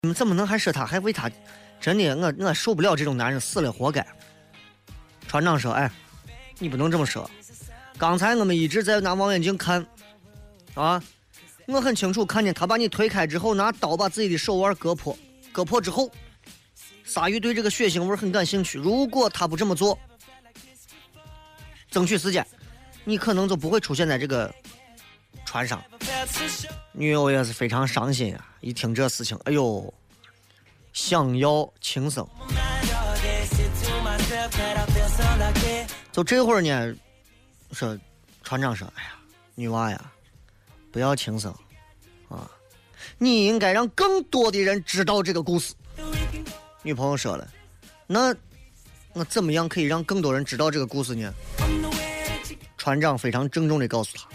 你们怎么能还说他，还为他？真的，我受不了这种男人，死了活该。船长说：“哎，你不能这么说。刚才我们一直在拿望远镜看，啊，我很清楚看见他把你推开之后，拿刀把自己的手腕割破之后，鲨鱼对这个血腥味很感兴趣。如果他不这么做，争取时间，你可能就不会出现在这个船上。”女友也是非常伤心啊，一听这事情，哎呦，想要轻生。就这会儿呢，说船长说：“哎呀，女娃呀，不要轻生啊，你应该让更多的人知道这个故事。”女朋友说了：“那怎么样可以让更多人知道这个故事呢？”船长非常郑重地告诉他：“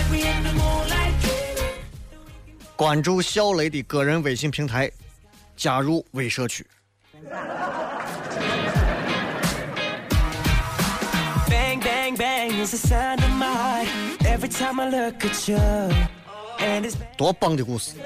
关注小雷的个人微信平台，加入微社区。”多棒的故事！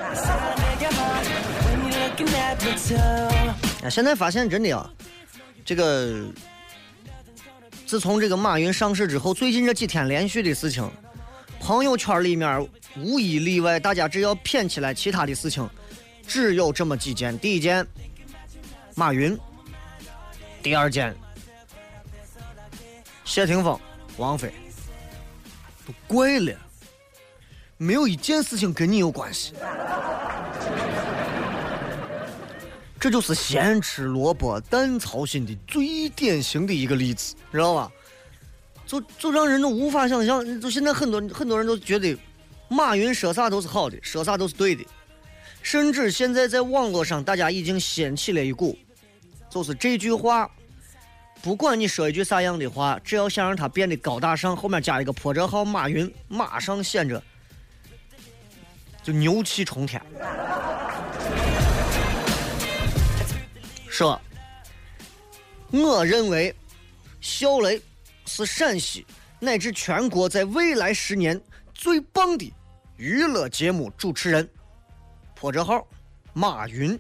现在发现真的啊，这个自从这个马云上市之后，最近这几天连续的事情，朋友圈里面无一例外，大家只要骗起来其他的事情，只有这么几件。第一件，马云；第二件，谢霆锋、王菲。都怪了，没有一件事情跟你有关系。这就是咸吃萝卜淡操心的最典型的一个例子，知道吧？就让人都无法想象。就现在很多人都觉得马云说啥都是好的，说啥都是对的，甚至现在在网络上大家已经掀起了一股，就是这句话，不管你说一句啥样的话，只要想让它变得高大上，后面加一个破折号马云，马上显着就牛气冲天。说，我认为小雷是陕西乃至全国在未来10年最棒的娱乐节目主持人。破折号马云。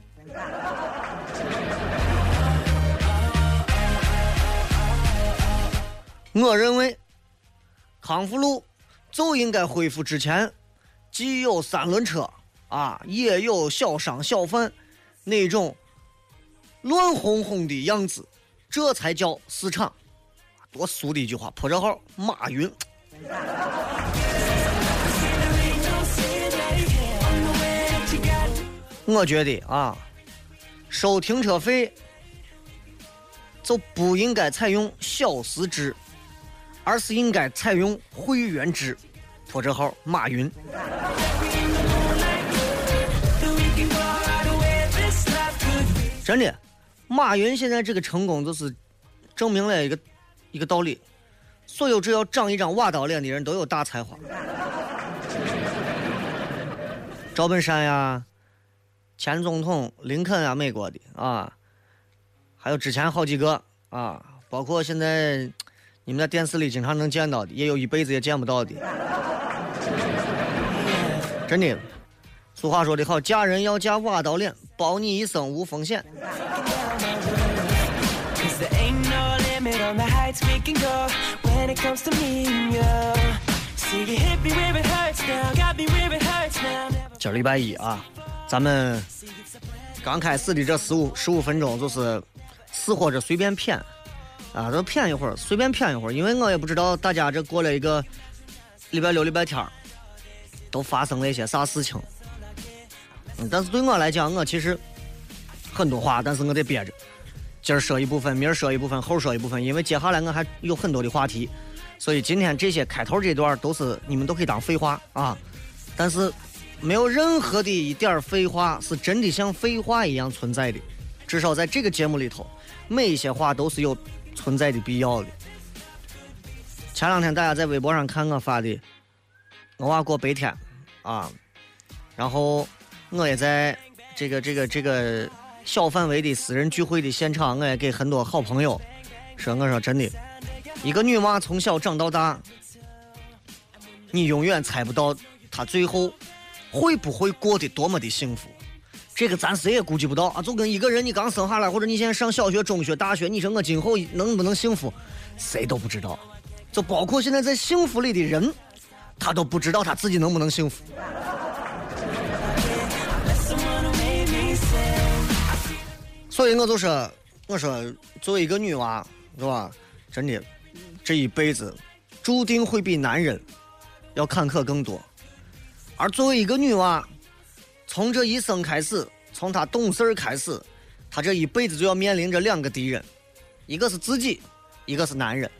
我认为康复路就应该恢复之前既有3轮车啊，也有小商小贩那种乱哄哄的样子，这才叫市场。多俗的一句话，破折号马云。我觉得啊，收停车费就不应该采用小时制，而是应该采用会员制。破折号马云。真的，马云现在这个成功就是证明了一个道理：所有只要长一张瓦刀脸的人都有大才华。赵本山呀，前总统林肯啊，美国的啊，还有之前好几个啊，包括现在你们在电视里经常能见到的，也有一辈子也见不到的。真的，俗话说得好，嫁人要嫁瓦刀脸，保你一生无风险。今儿礼拜一啊，咱们刚开始的这15分钟就是死活着随便骗啊，都骗一会儿，随便骗一会儿，因为我也不知道大家这过了一个礼拜6、礼拜天都发生了一些啥事情。但是对我来讲，我其实很多话，但是我得憋着，今儿说一部分，明儿说一部分，后说一部分，因为接下来我还有很多的话题，所以今天这些开头这段都是你们都可以当废话啊，但是没有任何的一点废话是真的像废话一样存在的，至少在这个节目里头，每一些话都是有存在的必要的。前两天大家在微博上看我发的，我娃过白天啊，然后我也在这个小范围的私人聚会的现场，我也给很多好朋友说，我说真的，一个女娃从小长到大，你永远猜不到她最后会不会过得多么的幸福。 这个咱谁也估计不到啊！就跟一个人你刚生下来，或者你现在上小学、中学、大学，你说我今后能不能幸福，谁都不知道。就包括现在在幸福里的人，他都不知道他自己能不能幸福。所以我就说，作为一个女娃，是吧？真的，这一辈子注定会比男人要坎坷更多。而作为一个女娃，从这一生开始，从她懂事开始，她这一辈子就要面临着2个敌人，一个是自己，一个是男人。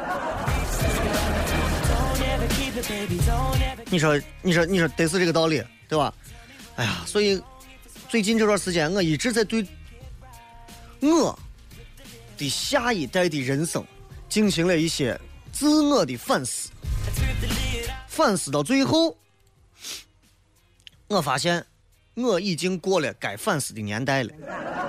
你说得是这个道理，对吧？哎呀，所以最近这段时间，我一直在对我的下一代的人生进行了一些自我的反思。反思到最后，我发现我已经过了该反思的年代了。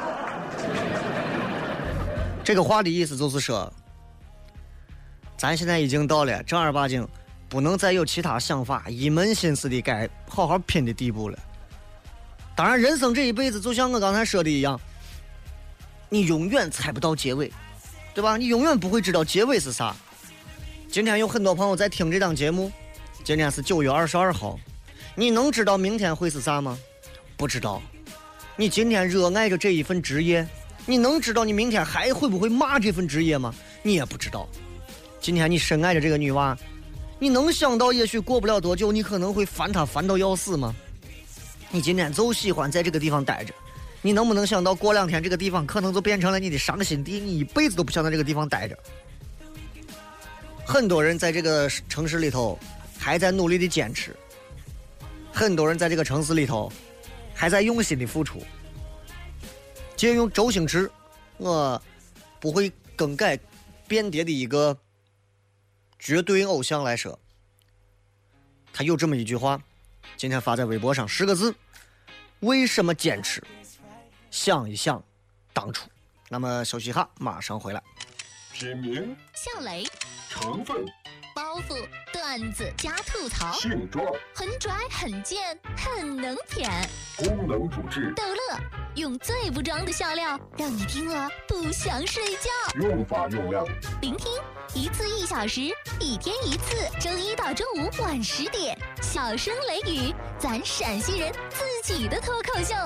这个话的意思就是说，咱现在已经到了正儿八经不能再有其他想法，一门心思的该好好拼的地步了。当然，人生这一辈子就像我刚才说的一样，你永远猜不到结尾，对吧？你永远不会知道结尾是啥。今天有很多朋友在听这档节目，今天是9月22号，你能知道明天会是啥吗？不知道。你今天热爱着这一份职业，你能知道你明天还会不会骂这份职业吗？你也不知道。今天你深爱着这个女娃，你能想到也许过不了多久你可能会烦她烦到要死吗？你今天就喜欢在这个地方待着，你能不能想到过2天这个地方可能就变成了你的伤心地，你一辈子都不想在这个地方待着。很多人在这个城市里头还在努力的坚持，很多人在这个城市里头还在用心的付出。借用周星驰我不会更改变迭的一个绝对偶像来说，他有这么一句话，今天发在微博上10个字：为什么坚持？想一想当初。那么休息一下，马上回来。 品名： 笑雷， 成分： 包袱、段子加吐槽， 性状： 很拽、很贱、很能舔， 功能主治： 逗乐，用最不装的笑料，让你听了不想睡觉。 用法用量： 聆听1次1小时，1天1次，周一到周五晚10点，小声雷雨，咱陕西人自己的脱口秀。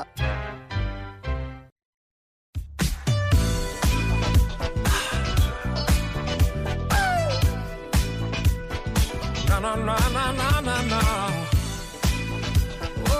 Na, na, na, na, na, na. Oh,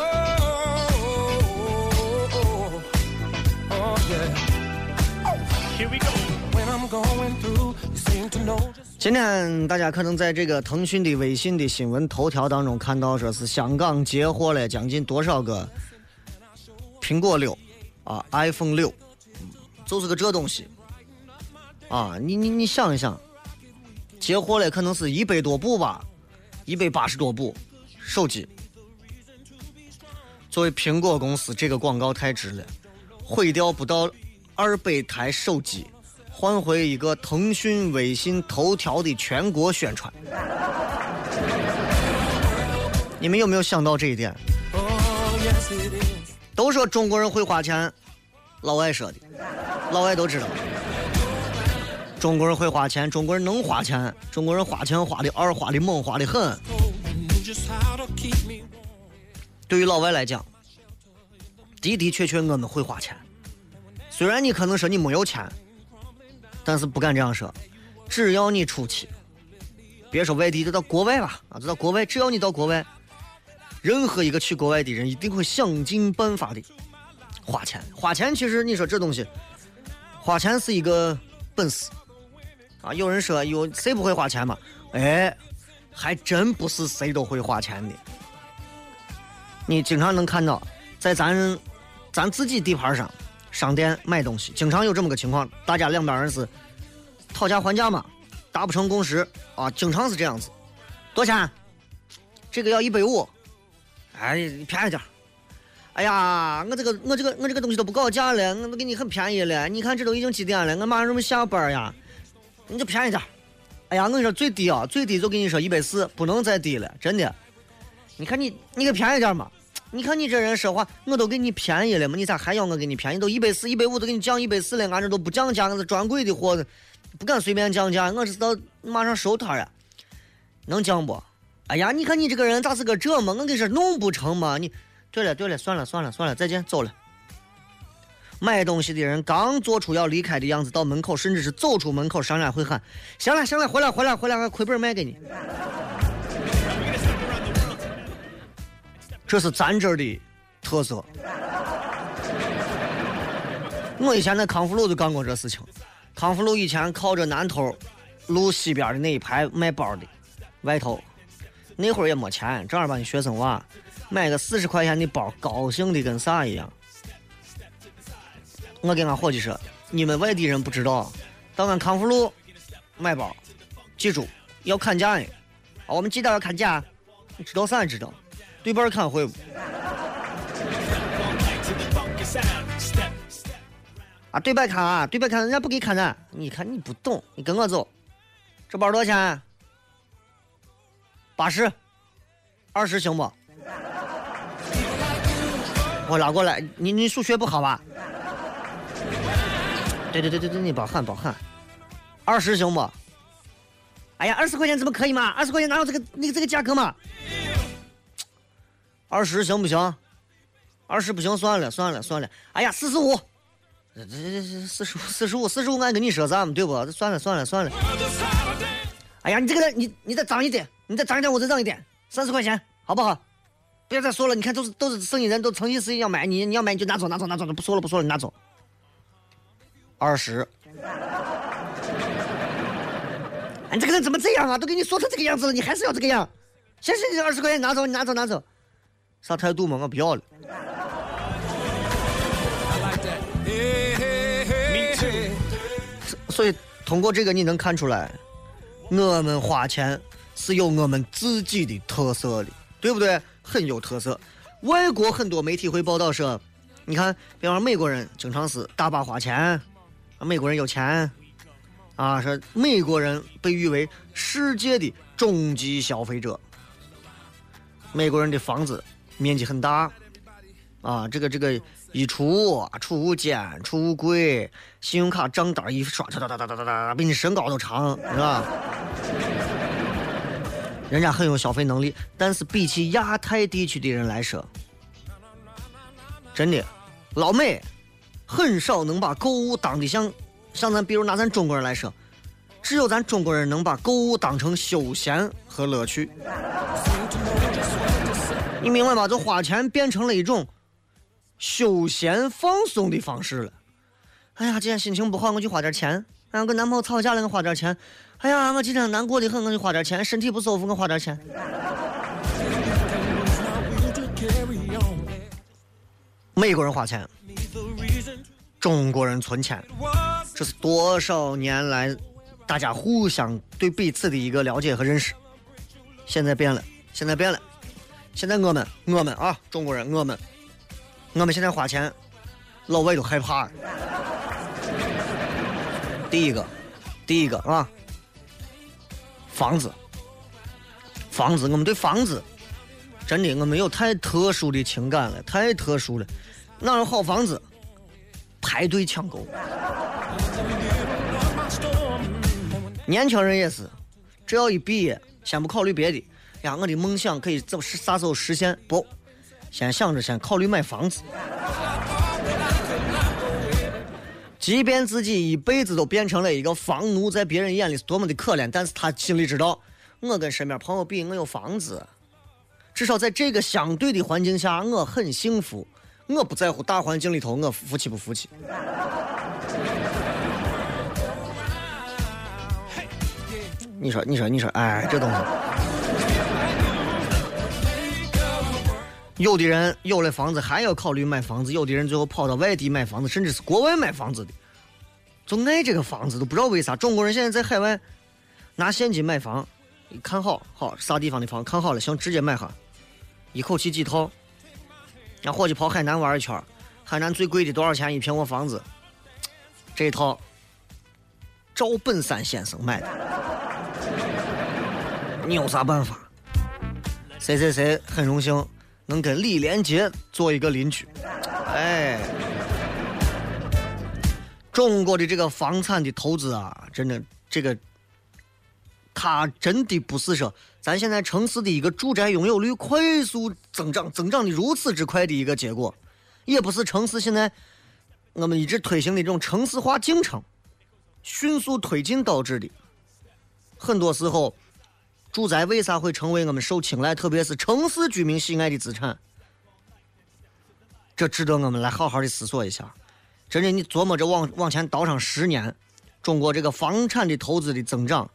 oh, oh, oh, yeah. Oh, here we go. When I'm going through, you seem to know. 今天大家可能在这个腾讯的微信的新闻头条当中看到，说是香港截获了将近多少个苹果6啊 ，iPhone 6，就是个这东西啊，你想一想，截获了可能是100多部吧。180多部手机，作为苹果公司，这个广告太值了，毁掉不到200台手机，换回一个腾讯微信头条的全国宣传。你们有没有想到这一点？都说中国人会花钱，老外说的，老外都知道。中国人会花钱，中国人能花钱，中国人花钱花的二，花的猛，花的很。对于老外来讲，的的确确我们会花钱。虽然你可能说你没有钱，但是不敢这样说。只要你出去，别说外地，就到国外吧，就到国外，只要你到国外，任何一个去国外的人一定会想尽办法的花钱。花钱其实你说这东西，花钱是一个本事。啊，有人说有谁不会花钱嘛？哎，还真不是谁都会花钱的。你经常能看到，在咱自己地盘上，商店买东西，经常有这么个情况，大家两边人是讨价还价嘛，达不成共识啊，经常是这样子。多少钱？这个要150。哎，便宜点。哎呀，我这个东西都不搞价了，我都给你很便宜了。你看这都已经几点了，我马上准备下班呀。你就便宜点，哎呀，我跟你说最低啊，最低就跟你说140，不能再低了，真的。你看你给便宜点嘛， 你看你这人说话，我都给你便宜了嘛，你咋还要我给你便宜？都140、150都给你降140了，俺这都不降价，俺是专柜的货，不敢随便降价，我知道马上收摊呀，能降不？哎呀，你看你这个人咋是个这么？我跟你说弄不成嘛，你对了，算了，再见，走了。买东西的人刚做出要离开的样子，到门口甚至是走出门口，商家会喊：行了，回来，亏本卖给你。这是咱这儿的特色。我以前在康复路就干过这事情。康复路以前靠着南头路西边的那一排卖包的，外头那会儿也没钱，正儿八经学生娃买个40块钱的包，高兴的跟啥一样。我跟俺伙计说，你们外地人不知道，到俺康复路买包，记住要砍价呀！我们记得要砍价，你知道啥知道？对半看会不？啊，对半看，人家不给砍的。你看你不懂，你跟我走。这包多少钱？80，20行不？我拉过来，你数学不好吧？对，你别喊，20行不？哎呀，20块钱怎么可以嘛？20块钱哪有这个价格嘛？20行不行？20不行，算了。哎呀，45，这45，俺跟你说啥嘛，对不？算了。哎呀，你这个人，你再涨一点，我再涨一点，30块钱，好不好？不要再说了，你看都是生意人，都诚心实意要买，你要买你就拿走，不说了，你拿走。20，你这个人怎么这样啊？都给你说成这个样子了，你还是要这个样？先是你20块钱拿走，你拿走，啥态度嘛？我不要了。所以通过这个你能看出来，我们花钱是有我们自己的特色的，对不对？很有特色。外国很多媒体会报道说，你看，比方说美国人经常是大把花钱，美国人有钱啊，说美国人被誉为世界的终极消费者。美国人的房子面积很大啊，这个衣橱、储物间、储物柜、信用卡账单一刷，哒，比你身高都长，是吧？人家很有消费能力，但是比起亚太地区的人来说，真的，老美很少能把购物当的像咱，比如拿咱中国人来说，只有咱中国人能把购物当成休闲和乐趣。你明白吗？就花钱变成了一种休闲放松的方式了。哎呀，今天心情不好，我去花点钱。哎呀，跟男朋友吵架了，我花点钱。哎呀，我今天难过的很，我去花点钱。身体不舒服，我花点钱。美国人花钱，中国人存钱，这是多少年来大家互相对彼此的一个了解和认识。现在变了。现在我们啊，中国人，我们现在花钱，老外都害怕。第一个啊，房子，我们对房子真的我们有太特殊的情感了，太特殊了。哪有好房子？排队抢购。年轻人也是，只要一毕业，先不考虑别的。呀，我的梦想可以啥时候实现？不，先考虑买房子。即便自己一辈子都变成了一个房奴，在别人眼里是多么的可怜，但是他心里知道，我跟身边朋友比，我有房子，至少在这个相对的环境下，我很幸福。我不在乎大环境里头我服气不服气。你说，哎，这东西。有的人有了房子还要考虑买房子，有的人最后跑到外地买房子，甚至是国外买房子的，就爱这个房子，都不知道为啥。中国人现在在海外拿现金买房，看好啥地方的房看好了，行，直接买下，一口气几套。让伙计跑海南玩一圈，海南最贵的多少钱一平我房子？这一套赵本山先生买的，你有啥办法？谁很荣幸能跟李连杰做一个邻居。哎，中国的这个房产的投资啊，真的这个，它真的不是说咱现在城市的一个住宅拥有率快速增长的如此之快的一个结果，也不是城市现在我们一直推行的这种城市化进程迅速推进导致的。很多时候，住宅为啥会成为我们受青睐，特别是城市居民喜爱的资产？这值得我们来好好的思索一下。真的，你琢磨着往前倒上10年，中国这个房产的投资的增长，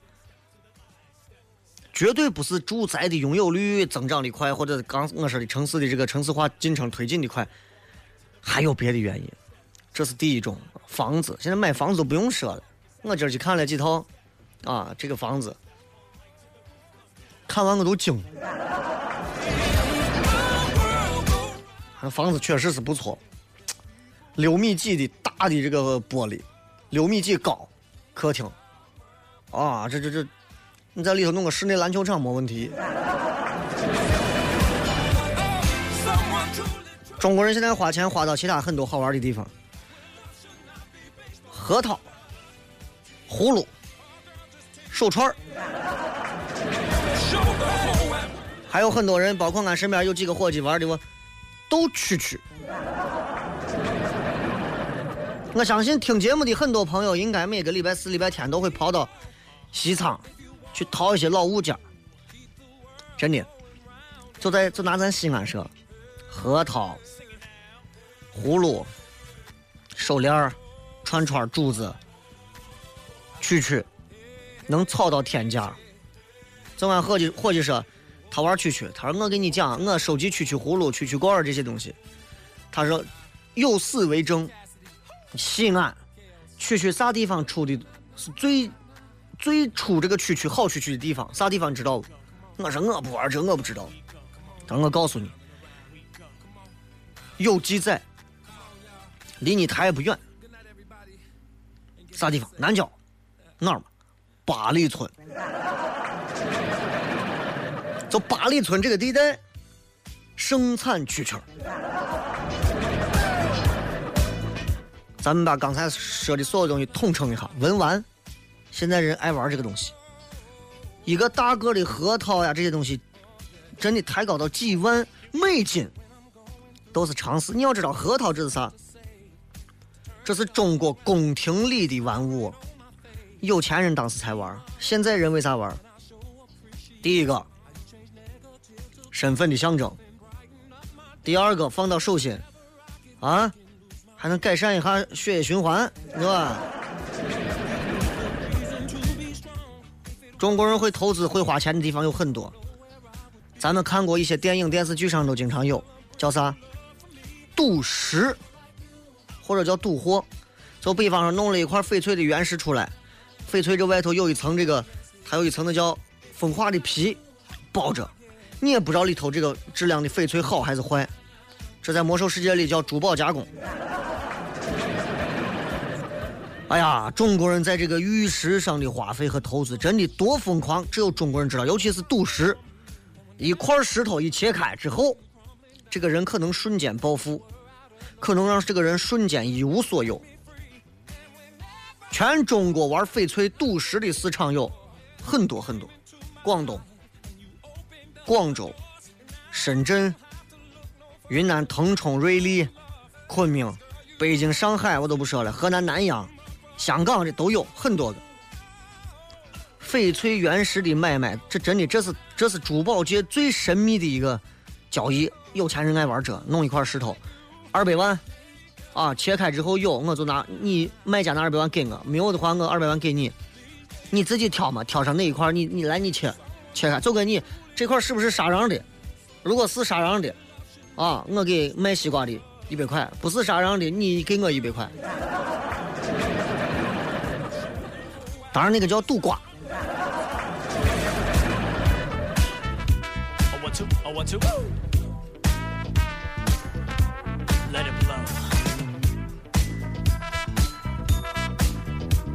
绝对不是住宅的拥有率增长的快，或者刚我说的城市的这个城市化进程推进的快，还有别的原因。这是第一种。房子现在买房子都不用说了，我今儿去看了几套啊，这个房子看完我都惊，房子确实是不错，6米几的大的这个玻璃，6米几高，客厅啊，这你在里头弄个室内篮球场没问题。中国人现在花钱花到其他很多好玩的地方，核桃、葫芦、手串，还有很多人，包括俺身边有几个伙计玩的我都去。我相信听节目的很多朋友应该每个礼拜4、礼拜天都会跑到西仓去淘一些老物件，真的，就拿咱西安说，核桃、葫芦、手链、串串、珠子，去能炒到天价。这俺伙计说，他玩去，他说我给你讲，我收集去葫芦、去罐这些东西。他说有史为证，西安去啥地方出的是最出这个去好去的地方，啥地方知道不？我说我不玩这，我不知道。但我告诉你，有记载，离你太不远。啥地方？南郊哪儿嘛？8里村。就8里村这个地带生产蛐蛐。咱们把刚才说的所有东西统称一下，文玩。现在人爱玩这个东西，一个大个的核桃呀，这些东西真的抬高到几万美金都是常识。你要知道核桃这是啥？这是中国宫廷里的玩物，有钱人当时才玩，现在人为啥玩？第一个，身份的象征；第二个，放到手心，啊，还能改善一下血液循环，对吧？中国人会投资、会花钱的地方有很多，咱们看过一些电影、电视剧上都经常有，叫啥？赌石，或者叫赌货。就比方说弄了一块翡翠的原石出来，翡翠这外头有一层它有一层的叫风化的皮包着，你也不知道里头这个质量的翡翠好还是坏。这在魔兽世界里叫珠宝加工。哎呀，中国人在这个玉石上的花费和投资真的多疯狂，只有中国人知道。尤其是赌石，一块石头一切开之后，这个人可能瞬间暴富，可能让这个人瞬间一无所有。全中国玩翡翠赌石的市场有很多很多，广东、广州、深圳、云南腾冲、瑞丽、昆明、北京、上海我都不说了，河南南阳、香港这都有很多个翡翠原石的买卖，这真的这是珠宝界最神秘的一个交易。有钱人爱玩这，弄一块石头200万啊，切开之后有我就拿，你卖家拿200万给我，没有的话我200万给你，你自己挑嘛，挑上那一块你来你切开，就跟你这块是不是沙瓤的，如果是沙瓤的啊，我给卖西瓜的100块，不是沙瓤的你给我100块。当然那个叫赌瓜。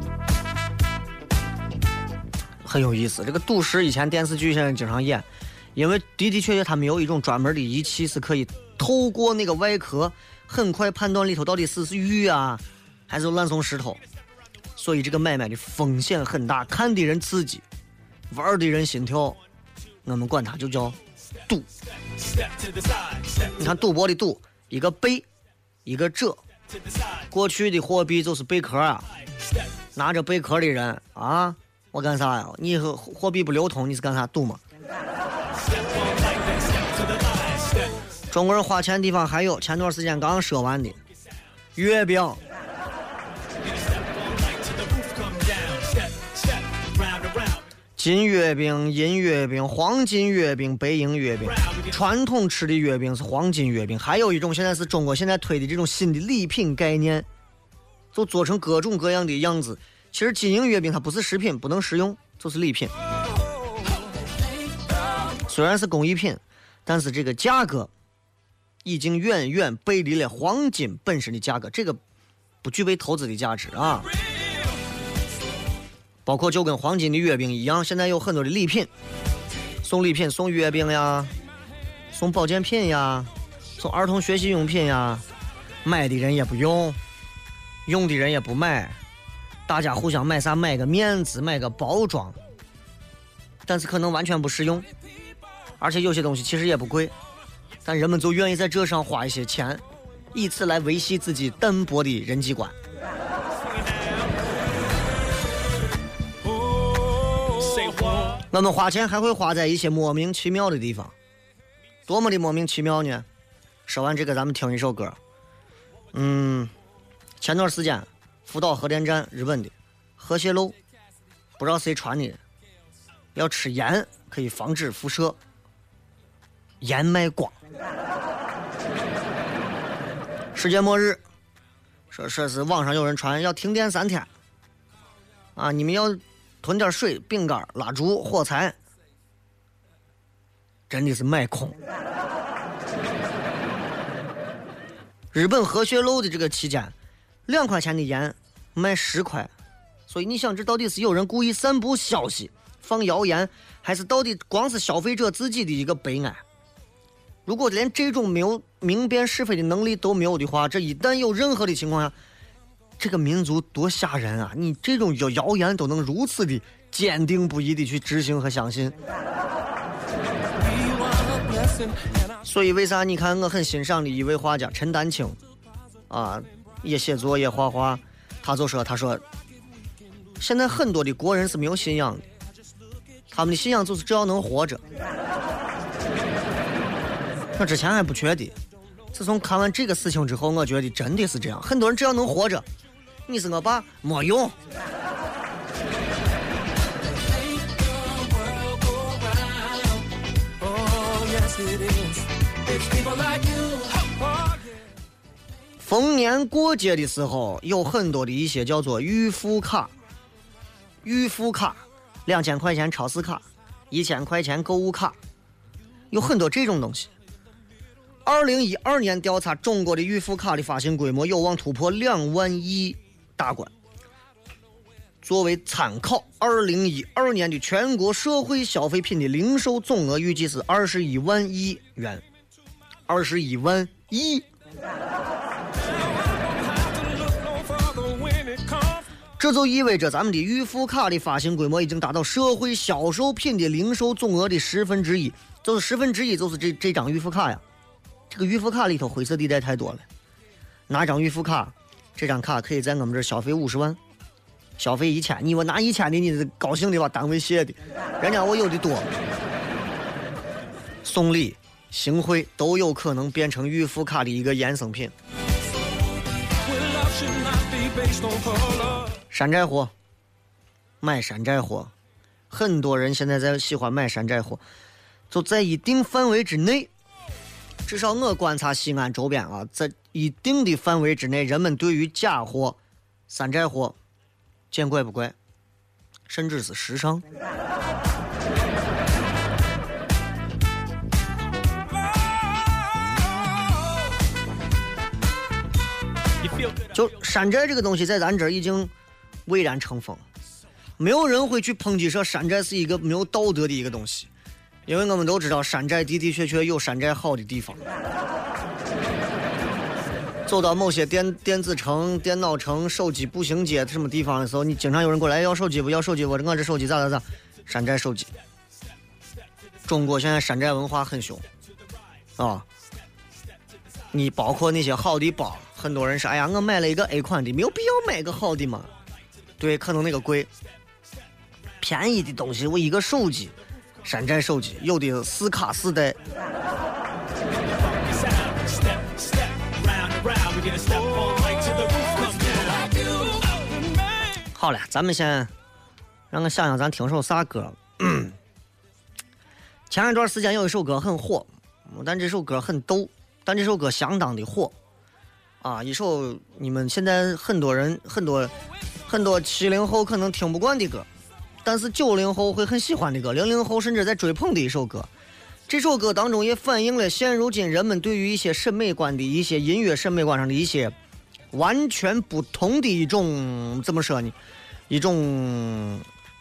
很有意思，这个赌石以前电视剧现在经常演， 因为的的确确他们有一种专门的仪器是可以透过那个外壳很快判断里头到底是玉啊还是烂松石头，所以这个买卖的风险很大，看的人刺激，玩的人心跳，我们管它就叫赌。你看赌博的赌，一个贝一个者，过去的货币就是贝壳啊，拿着贝壳的人啊，我干啥呀？你货币不流通，你是干啥赌吗？中国人花钱地方还有前段时间刚刚说完的月饼，金月饼、银月饼、黄金月饼、白银月饼。传统吃的月饼是黄金月饼，还有一种现在是中国现在推的这种新的礼品概念，就做成各种各样的样子。其实金银月饼它不是食品，不能食用，就是礼品。虽然是工艺品，但是这个价格已经远远背离了黄金本身的价格，这个不具备投资的价值啊。包括就跟黄金的月饼一样，现在有很多的礼品，送礼品，送月饼呀，送保健品呀，送儿童学习用品呀，买的人也不用，用的人也不买，大家互相买啥？买个面子，买个包装，但是可能完全不实用，而且有些东西其实也不贵，但人们就愿意在这上花一些钱，以此来维系自己淡薄的人际观。我们花钱还会花在一些莫名其妙的地方，多么的莫名其妙呢？说完这个，咱们听一首歌。前段时间福岛核电站日本的核泄漏，不知道谁传的，要吃盐可以防止辐射，盐卖光。世界末日，说是网上有人传要停电3天，啊，你们要囤点水、饼干、蜡烛、火柴，真的是卖空。日本核泄漏的这个期间，2块钱的盐卖10块，所以你想这到底是有人故意散布消息、放谣言，还是到底光是消费者自己的一个悲哀？如果连这种没有明辨是非的能力都没有的话，这一旦有任何的情况下，这个民族多吓人啊！你这种谣言都能如此的坚定不移的去执行和相信。所以为啥你看我很欣赏的一位画家陈丹青啊，也写作也画画，他说现在很多的国人是没有信仰的，他们的信仰就是只要能活着。我之前还不确定，自从看完这个事情之后，我觉得真的是这样，很多人只要能活着，你是我爸没用。逢年过节的时候，有很多的一些叫做预付卡，2000块钱超市卡，1000块钱购物卡，有很多这种东西。2012年调查，中国的预付卡的发行规模有望突破2万亿大关。作为参考，2012年的全国社会消费品的零售总额预计是21万亿元，21万亿。这就意味着咱们的预付卡的发行规模已经达到社会销售品的零售总额的1/10，就是1/10，就是这张预付卡呀。这个预付卡里头灰色地带太多了，拿张预付卡，这张卡可以在我们这儿消费50万，消费1000，你我拿1000的，你是高兴的把单位谢的，人家我有的多。送礼、行贿都有可能变成预付卡的一个衍生品。山寨货，买山寨货，很多人现在在喜欢买山寨货，就在一定范围之内。至少我观察西安周边啊，在一定的范围之内，人们对于假货、山寨货见怪不怪，甚至是时尚。就山寨这个东西在咱这儿已经蔚然成风，没有人会去抨击说山寨是一个没有道德的一个东西。 因为我们都知道山寨的的确确有山寨好的地方。走到某些电子城、电脑城、手机步行街什么地方的时候，你经常有人过来要手机不要手机，我这手机咋，山寨手机。中国现在山寨文化很凶啊！你包括那些好的包，很多人说，哎呀，我买了一个 A 款的，没有必要买个好的嘛。对，可能那个贵。便宜的东西，我一个手机，山寨手机，有的4卡4代。好了，咱们先让我想想，咱听首啥歌？前一段时间有一首歌很火，但这首歌很逗，但这首歌相当的火啊！一首你们现在很多70后可能听不惯的歌，但是90后会很喜欢的歌，00后甚至在追捧的一首歌。这首歌当中也反映了现如今人们对于一些审美观的一些音乐审美观上的一些完全不同的一种怎么说呢？一种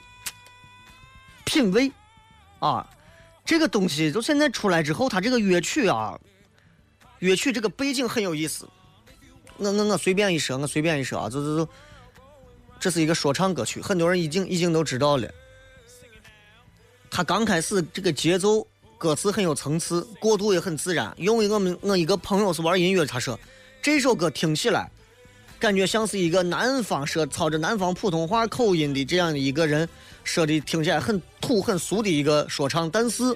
品味啊！这个东西就现在出来之后，它这个乐曲这个背景很有意思。我随便一说啊，这是一个说唱歌曲，很多人已经都知道了。他刚开始这个节奏歌词很有层次，过渡也很自然。因为我一个朋友是玩音乐，他说这首歌听起来感觉像是一个南方操着南方普通话口音的这样的一个人说的，听起来很土很俗的一个说唱，但是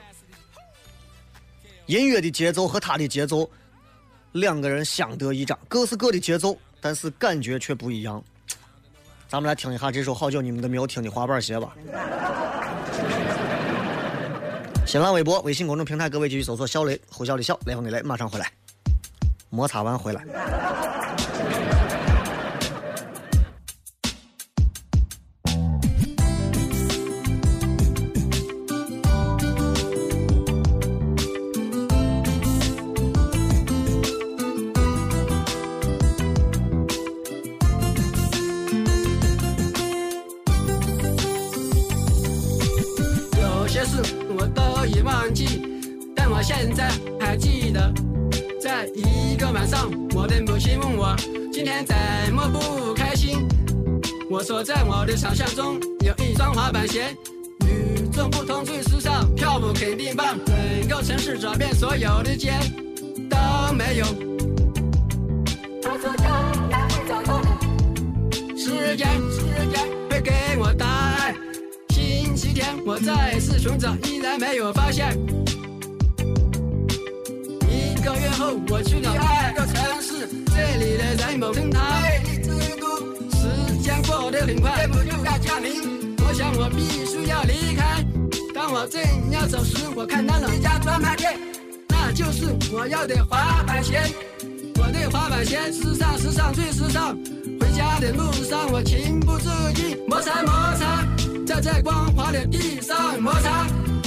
音乐的节奏和他的节奏两个人相得益彰，各是各的节奏，但是感觉却不一样。咱们来听一下这首好久你们都没有听的滑板鞋吧。新浪微博、微信公众平台，各位继续搜索小雷，呼啸的笑，雷锋的雷，马上回来，摩擦完回来。 但我现在还记得，在一个晚上，我的母亲问我今天怎么不开心。我说在我的想象中有一双滑板鞋，与众不同最时尚，跳舞肯定棒，整个城市找遍所有的街都没有。他说将来会找到的，时间会给我答案。星期天我再次寻找，依然没有发现。1个月后我去了第2个城市，这里的人们称它魅力之都。时间过得很快，不就该降临，我想我必须要离开。当我正要走时，我看到了一家专卖店，那就是我要的滑板鞋。我的滑板鞋时尚最时尚。回家的路上我情不自禁摩擦，在光滑的地上摩擦。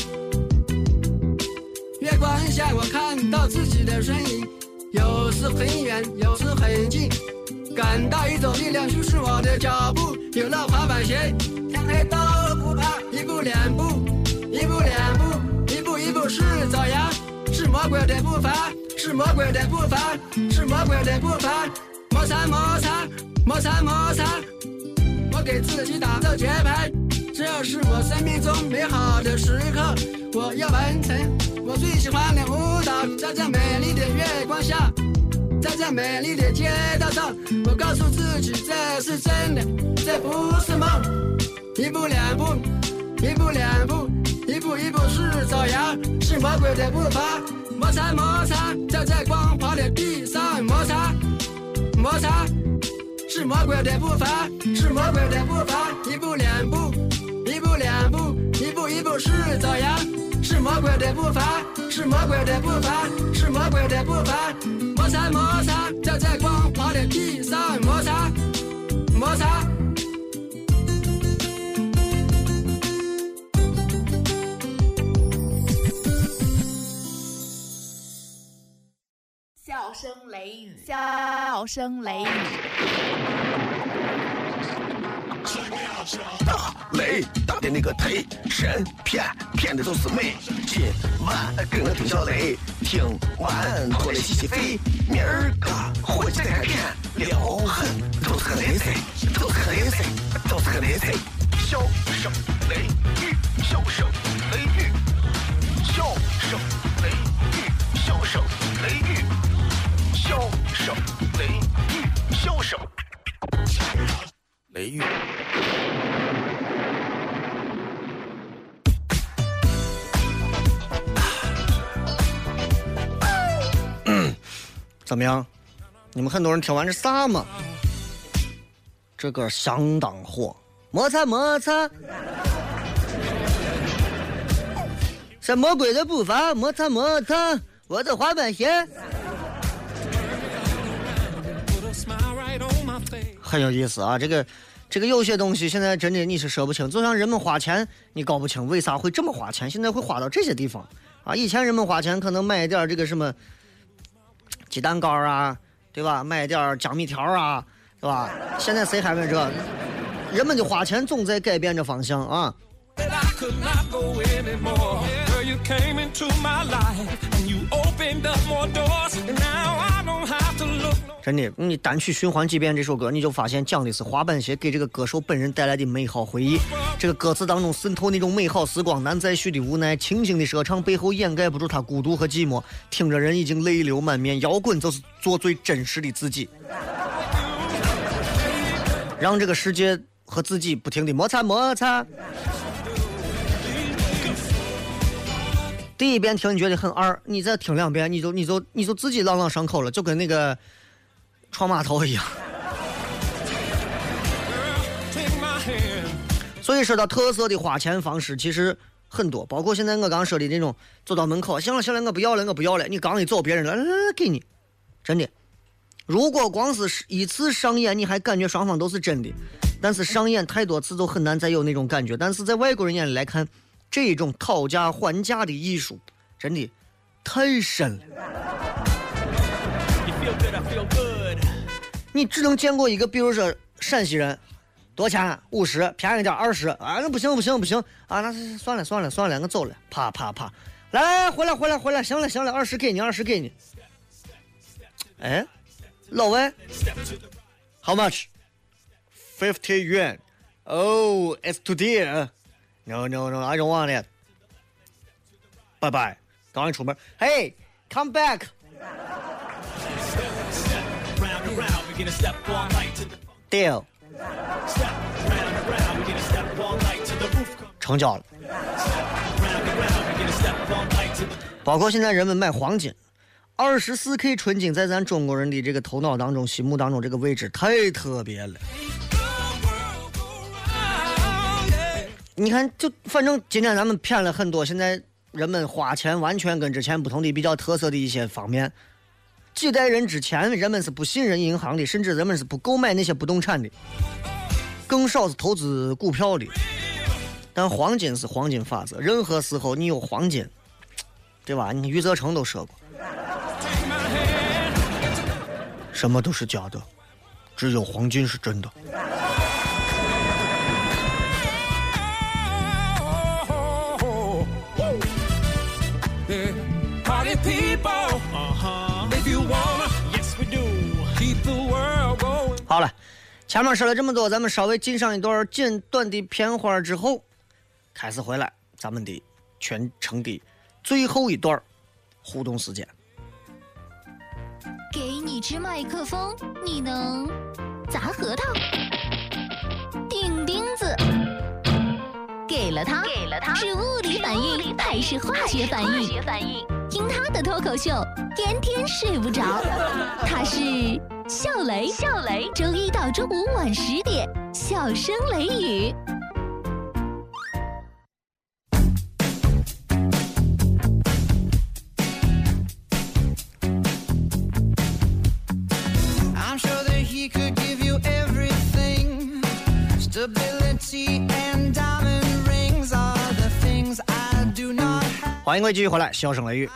月光下我看到自己的身影，有时很远，有时很近，感到一种力量驱使我的脚步。有了滑板鞋，天黑都不怕，一步两步，一步是爪牙，是魔鬼的步伐，是魔鬼的步伐，是魔鬼的步伐。摩擦，我给自己打着节拍，这是我生命中美好的时刻，我要完成我最喜欢的舞蹈。在这美丽的月光下，在这美丽的街道上，我告诉自己这是真的，这不是梦。一步两步，一步是爪牙，是魔鬼的步伐。摩擦，在光滑的地上摩擦，是魔鬼的步伐，是魔鬼的步伐。一步两步，一步是爪牙，是魔鬼的步伐，是魔鬼的步伐，是魔鬼的步伐。摩擦，在光滑的地上摩擦。 笑声雷雨，笑声雷雨。 大雷大的那个忒神骗的都是美。今晚跟我听小雷，听完回来洗洗肺，明儿个伙计再开店，撩狠都是个雷贼，都是个雷贼，都是个雷贼。笑声雷雨，笑声雷雨，笑声雷雨，笑声雷雨，笑声雷雨，笑声雷雨。 怎么样？你们很多人听完这啥嘛？这歌相当火，摩擦摩擦，是魔鬼的步伐，摩擦摩擦，我的滑板鞋，很有意思啊！这个有些东西现在真的你是说不清，就像人们花钱，你搞不清为啥会这么花钱，现在会花到这些地方啊！以前人们花钱可能买一点这个什么鸡蛋糕啊，对吧？买点江米条啊，对吧？现在谁还问这？人们的花钱总在改变着方向啊。真的，你单曲循环几遍这首歌，你就发现讲的是滑板鞋给这个歌手本人带来的美好回忆。这个歌词当中渗透那种美好时光，难再续的无奈，轻轻的说唱背后掩盖不住他孤独和寂寞，听着人已经泪流满面。摇滚就是做最真实的自己，让这个世界和自己不停的摩擦摩擦。第一遍听你觉得很二，你再听两遍，你就自己朗朗上口了，就跟那个撞码头一样。所以说到特色的花钱方式其实很多，包括现在我刚说的那种走到门口，行了行了，我不要了，你刚一走别人了，给你。真的，如果光是一次上演你还感觉双方都是真的，但是上演太多次就很难再有那种感觉。但是在外国人眼里来看，这种讨价还价的艺术真的太深了。你只能见过一个，比如说陕西人多钱50，便宜点20啊，那不行啊，那算了，我走了，啪，来回来，行了，20给你。哎，老外 ，How much? 50 yuan. Oh, it's too dear. No, I don't want it. Bye bye. 刚一出门 ，Hey, come back. ，deal. 成交了。包括现在人们买黄金，24K 纯金在咱中国人的这个头脑当中、心目当中这个位置太特别了。你看，就反正今天咱们骗了很多，现在人们花钱完全跟之前不同的比较特色的一些方面。几代人之前，人们是不信任银行的，甚至人们是不购买那些不动产的，更少是投资股票的。但黄金是黄金法则，任何时候你有黄金，对吧？你余则成都说过，什么都是假的，只有黄金是真的。好了，前面说了这么多，咱们稍微进上一段简短的片花之后，开始回来咱们的全程的最后一段互动时间。 给你支麦克风，你能砸核桃、钉钉子？给了他，是物理反应还是化学反应？听他的脱口秀，天天睡不着。他是笑雷，周一到周五晚10点，笑声雷雨。 欢迎各位继续回来，笑声雷雨。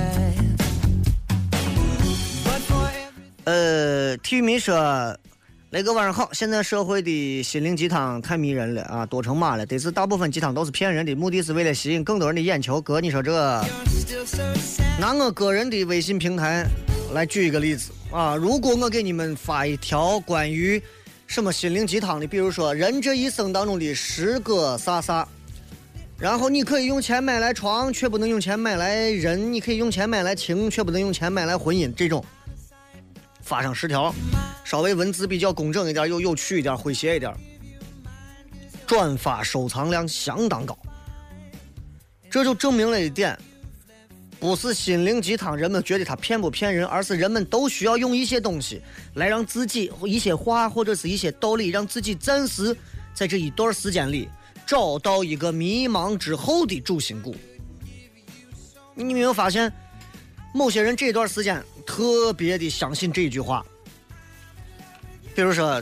体育迷说， 雷哥晚上好，现在社会的心灵鸡汤太迷人了啊，多成马了。得是大部分鸡汤都是骗人的，目的是为了吸引更多人的眼球。哥，你说这？拿我个人的微信平台来举一个例子啊，如果我给你们发一条关于什么心灵鸡汤的，比如说人这一生当中的10个啥啥，然后你可以用钱买来床，却不能用钱买来人；你可以用钱买来情，却不能用钱买来婚姻。这种发上10条，稍微文字比较工整一点，又有趣一点，诙谐一点，转发收藏量相当高。这就证明了一点，不是心灵鸡汤人们觉得它骗不骗人，而是人们都需要用一些东西来让自己一些话或者是一些道理，让自己暂时在这一段时间里找到一个迷茫之后的主心骨。你没有发现某些人这段时间特别的相信这一句话，比如说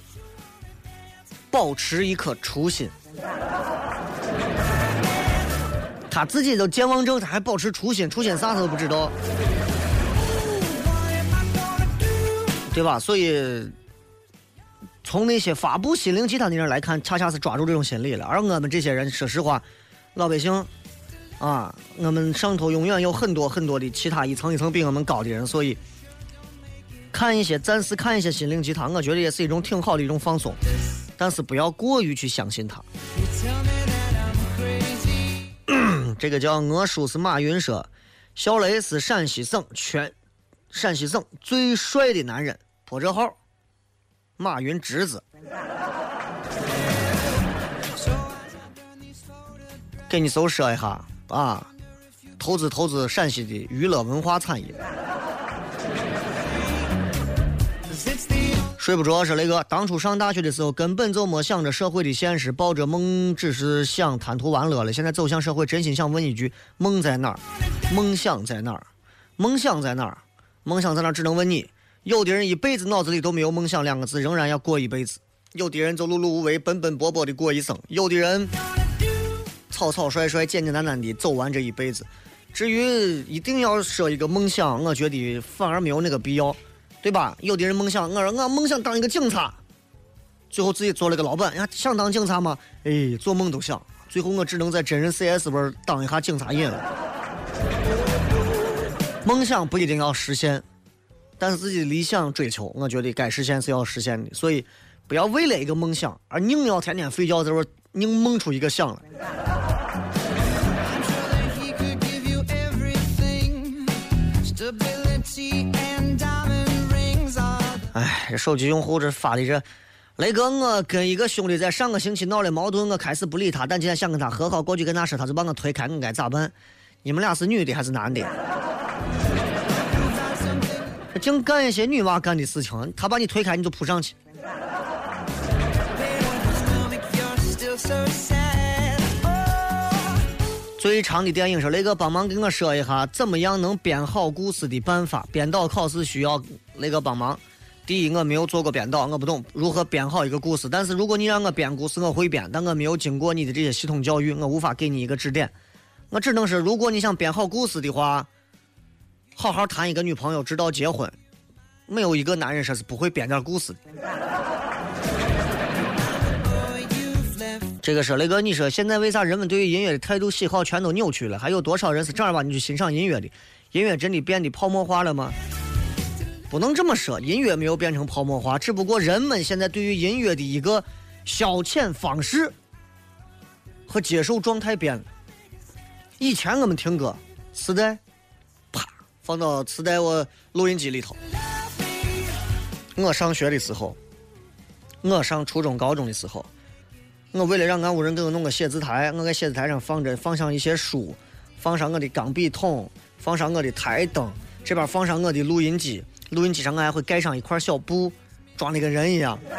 保持一颗初心，他自己都健忘症，他还保持初心，初心啥他都不知道，对吧？所以从那些发布心灵鸡汤的人来看，恰恰是抓住这种心理了。而我们这些人，说实话，老百姓啊，我们上头永远有很多很多的其他一层一层比我们高的人，所以暂时看一些心灵鸡汤，我觉得也是一种挺好的一种放松，但是不要过于去相信它。这个叫我叔是马云说，小雷是陕西省最帅的男人，破折号，马云侄子。给你搜索一下啊，投资陕西的娱乐文化产业。睡不着是雷哥，当初上大学的时候根本就没想着社会的现实，抱着梦只是想贪图玩乐了。现在走向社会，真心想问一句：梦在哪儿？梦想在哪儿？梦想在哪儿？梦想在哪儿？只能问你。有的人一辈子脑子里都没有梦想2个字，仍然要过一辈子；有的人就碌碌无为、奔奔波波的过一生；有的人草草率率、简简单单的走完这一辈子。至于一定要设一个梦想，我觉得反而没有那个必要。对吧？有的人梦想，我梦想当一个警察，最后自己做了个老板。想当警察吗？哎，做梦都想。最后我只能在真人 CS 边当一下警察瘾了。梦想不一定要实现，但是自己的理想追求，我觉得该实现是要实现的。所以不要为了一个梦想而硬要天天睡觉在这硬梦出一个想来。哎，手机用户这发的这，雷哥，我跟一个兄弟在上个星期闹了矛盾，我开始不理他，但今天想跟他和好，过去跟他说，他就把我推开，我该咋办？你们俩是女的还是男的？净干一些女娃干的事情，他把你推开你就扑上去。最长的电影是雷哥帮忙给我说一下怎么样能编好故事的办法，编导考试需要雷哥帮忙。第一，我没有做过编导，我不懂如何编好一个故事，但是如果你让我编故事我会编，但我没有经过你的这些系统教育，我无法给你一个指点。我只能是如果你想编好故事的话，好好谈一个女朋友直到结婚，没有一个男人说是不会编点故事的。这个是雷哥，你说现在为啥人们对于音乐的态度喜好全都扭曲了？还有多少人是正儿八经去欣赏音乐的？音乐真的变得泡沫化了吗？不能这么说，音乐没有变成泡沫化，只不过人们现在对于音乐的一个消遣方式和接受状态变了。以前我们听歌，磁带，啪放到磁带我录音机里头。我上学的时候，我上初中高中的时候，我为了让俺屋人给我弄个写字台，我在写字台上放上一些书，放上我的钢笔筒，放上我的台灯，这边放上我的录音机，录音机上我还会盖上一块小布，装得跟人一样。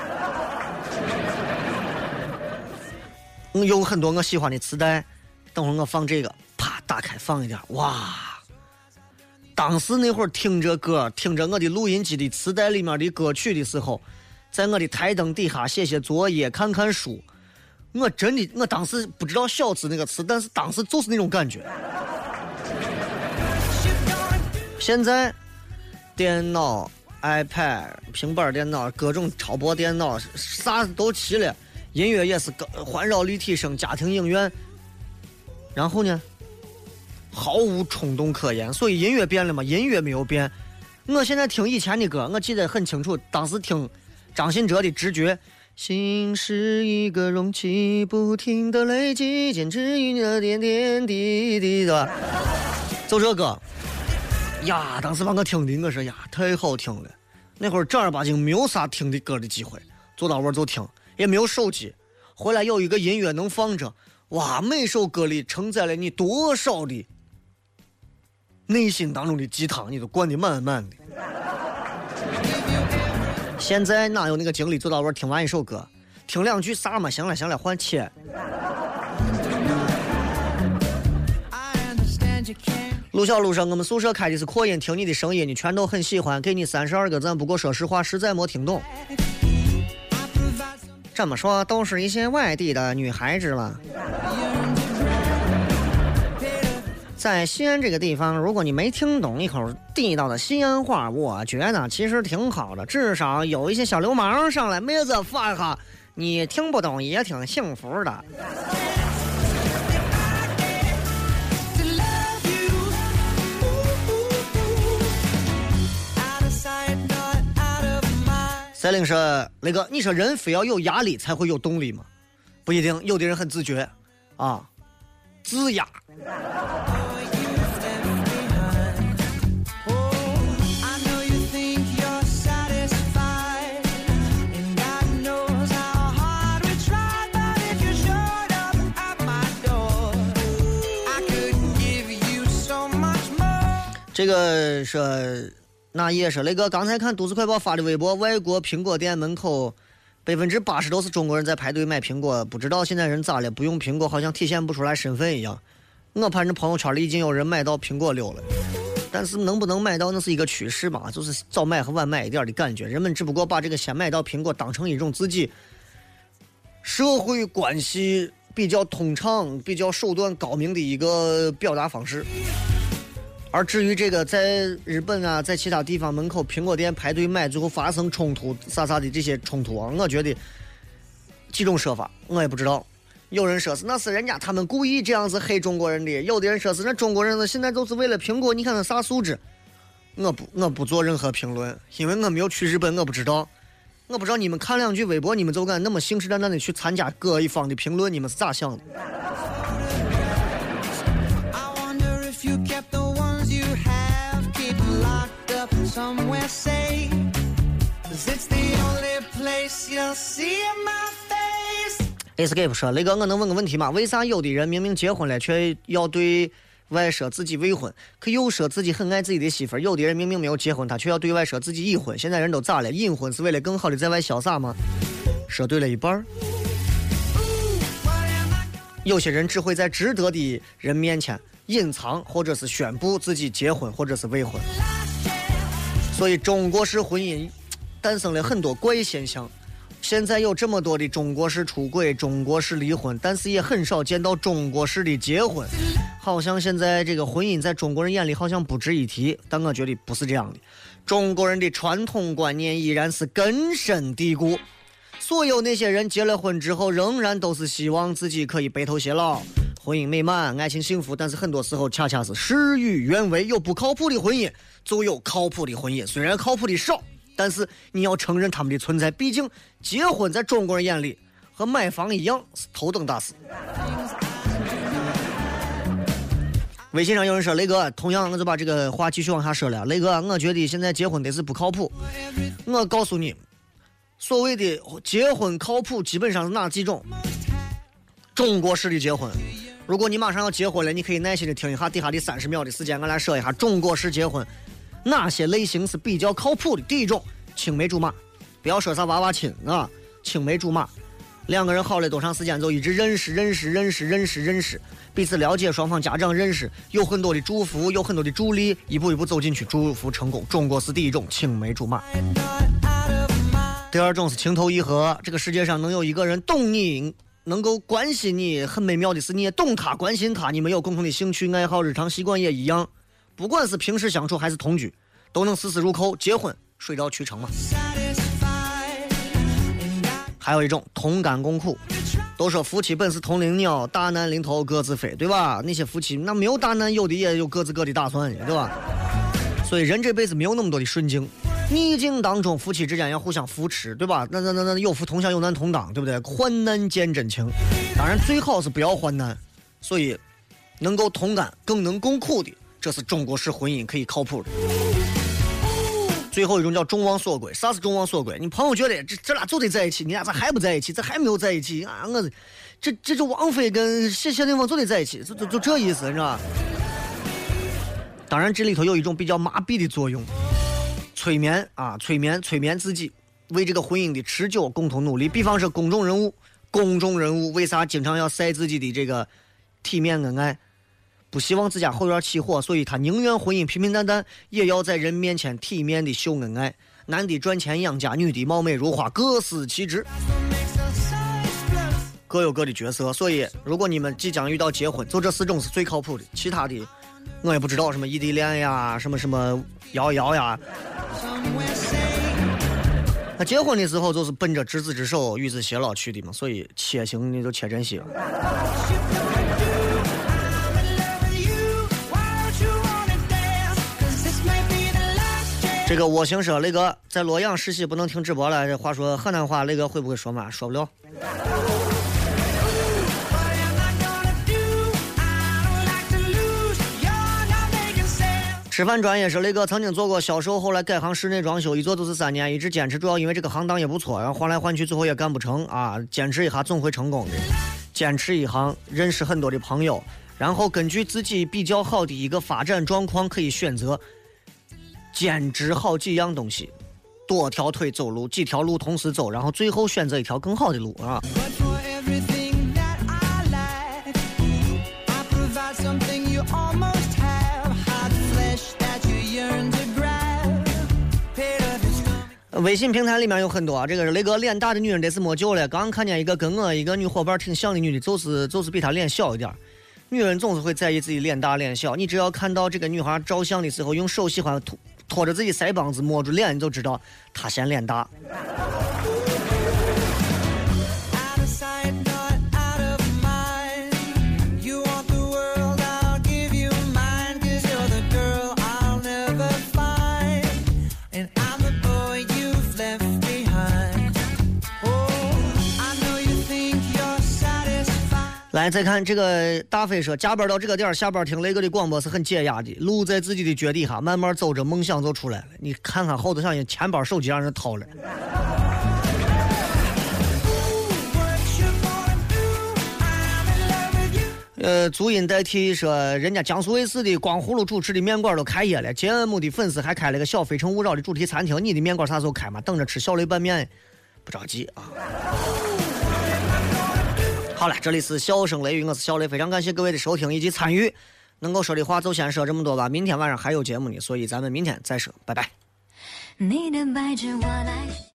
我有很多我喜欢的磁带，等会儿我放这个，啪打开放一点，哇！当时那会儿听着歌，听着我的录音机的磁带里面的歌曲的时候，在我的台灯底下写写作业，看看书。我当时不知道小字那个词，但是当时就是那种感觉。现在电脑 iPad、平板电脑、各种超薄电脑，啥都齐了。音乐也是环绕立体声、家庭影院。然后呢，毫无冲动可言。所以音乐变了吗？音乐没有变。我现在听以前的歌，我记得很清楚，当时听张信哲的《直觉》。心是一个容器，不停的累积，坚持于你的点点滴滴的。就这个呀，当时把我听的，我说呀，太好听了。那会儿正儿八经没有啥听的歌的机会，坐到位就听，也没有手机。回来有一个音乐能放着，哇，每首歌里承载了你多少的内心当中的鸡汤，你都灌得满满的。现在哪有那个精力坐到位听完一首歌，听两句啥嘛？行了行了，换切。陆小路上，我们宿舍开的是扩音，听你的声音，你全都很喜欢，给你32个赞。不过说实话，实在没听懂。这么说，都是一些外地的女孩子了。在西安这个地方，如果你没听懂一口地道的西安话，我觉得其实挺好的，至少有一些小流氓上来妹子发一下，你听不懂也挺幸福的。赛领说：“雷哥，你说人非要有压力才会有动力吗？不一定，有的人很自觉，啊，自压。”这个是那也是雷哥刚才看都市快报发的微博，外国苹果店门口80%都是中国人在排队买苹果，不知道现在人咋了，不用苹果好像体现不出来身份一样。我看着朋友圈里已经有人买到苹果6了，但是能不能买到那是一个趋势吧，就是早买和晚买一点的感觉，人们只不过把这个先买到苹果当成一种自己社会关系比较通畅、比较手段高明的一个表达方式。而至于这个在日本啊，在其他地方门口苹果店排队买，最后发生冲突啥的这些冲突啊，我觉得几种说法我也不知道。有人说是那是人家他们故意这样子黑中国人的，有的人说是那中国人现在都是为了苹果，你看他啥素质。我不做任何评论，因为我没有去日本，我不知道你们看两句微博，你们就敢那么信誓旦旦的去参加各一方的评论，你们是咋想的？Escape 说：“雷哥，我能问个问题吗？为啥有的人明明结婚了，却要对外说自己未婚，可又说自己很爱自己的媳妇儿？有的人明明没有结婚，他却要对外说自己已婚。现在人都咋了？隐婚是为了更好的在外潇洒吗？”说对了一半。有些人只会在值得的人面前隐藏，或者是宣布自己结婚或者是未婚。所以中国式婚姻诞生了很多怪现象。现在有这么多的中国式出轨、中国式离婚，但是也很少见到中国式的结婚。好像现在这个婚姻在中国人眼里好像不值一提，但我觉得不是这样的。中国人的传统观念依然是根深蒂固，所有那些人结了婚之后仍然都是希望自己可以白头偕老，婚姻美满，爱情幸福，但是很多时候恰恰是事与愿违。有不靠谱的婚姻，就有靠谱的婚姻，虽然靠谱的少，但是你要承认他们的存在，毕竟结婚在中国人眼里和买房一样是头等大事。微信上有人说：“雷哥，同样我就把这个话继续往下说了。雷哥，我觉得现在结婚得是不靠谱。我告诉你，所谓的结婚靠谱基本上是哪几种？中国式的结婚。如果你马上要结婚了，你可以耐心的听一下底下的30秒的时间，我来说一下中国式结婚哪些类型是比较靠谱的。第一种，青梅竹马，不要说啥娃娃亲啊，青梅竹马，两个人好了多长时间就一直认识，彼此了解，双方家长认识，有很多的祝福，有很多的助力，一步一步走进去，祝福成功。中国是第一种青梅竹马。第二种是情投意合，这个世界上能有一个人懂你，能够关心你，很美妙的是你也懂他，关心他，你们有共同的兴趣爱好，日常习惯也一样，不管是平时相处还是同居，都能丝丝入扣，结婚水到渠成嘛。还有一种同甘共苦，都说夫妻本是同林鸟，大难临头各自飞，对吧？那些夫妻那没有大难，有的也有各自各的打算，对吧？所以人这辈子没有那么多的顺境，逆境当中夫妻之间要互相扶持，对吧？那有福同享，有难同当，对不对？患难见真情，当然最好是不要患难，所以能够同甘更能共苦的，这是中国式婚姻可以靠谱的。最后一种叫众望所归，啥是众望所归？你朋友觉得这俩就得在一起，你俩咋还不在一起？这还没有在一起啊！这就王菲跟谢霆锋就得在一起，就这意思，你知道吧？当然这里头有一种比较麻痹的作用，催眠自己，为这个婚姻的持久共同努力。比方说公众人物为啥经常要晒自己的这个体面恩爱？不希望自家后院起火，所以他宁愿婚姻平平淡淡，也要在人面前体面的秀恩爱。男的赚钱养家，女的貌美如花，各司其职，各有各的角色。所以如果你们即将遇到结婚，就这4种是最靠谱的，其他的我也不知道，什么异地恋呀，什么摇呀。那结婚的时候就是奔着执子之手与子偕老去的嘛，所以且行你就且珍惜了。这个我行说那个在洛阳实习不能听直播了，这话说河南话那个会不会说嘛？说不了。吃饭专业是那个曾经做过销售，后来改行室内装修，一做都是3年，一直坚持，主要因为这个行当也不错，然后换来换去最后也干不成啊，坚持一下总会成功的。坚持一行，认识很多的朋友，然后根据自己比较好的一个发展状况，可以选择兼职好几样东西，多条腿走路，几条路同时走，然后最后选择一条更好的路啊。微信平台里面有很多啊，这个那个脸大的女人得是没救了。刚刚看见一个跟我一个女伙伴挺像的女的，就是比她脸小一点。女人总是会在意自己脸大脸小，你只要看到这个女孩照相的时候用手喜欢拖着自己腮帮子摸住脸，你就知道她嫌脸大。来再看这个大飞说，加班到这个点下班听雷哥的广播是很解压的，路在自己的脚底下慢慢走着，梦想就出来了。你看看后头像钱包手机让人掏了。足音代替说，人家江苏卫视的光葫芦主持的面馆都开业了，节目的粉丝还开了个小非诚勿扰的主题餐厅，你的面馆啥时候开嘛？等着吃小雷拌面，不着急啊。好了，这里是笑声雷雨，我是小雷，非常感谢各位的收听以及参与，能够说的话就先说这么多吧，明天晚上还有节目呢，所以咱们明天再说，拜拜。你的白纸我来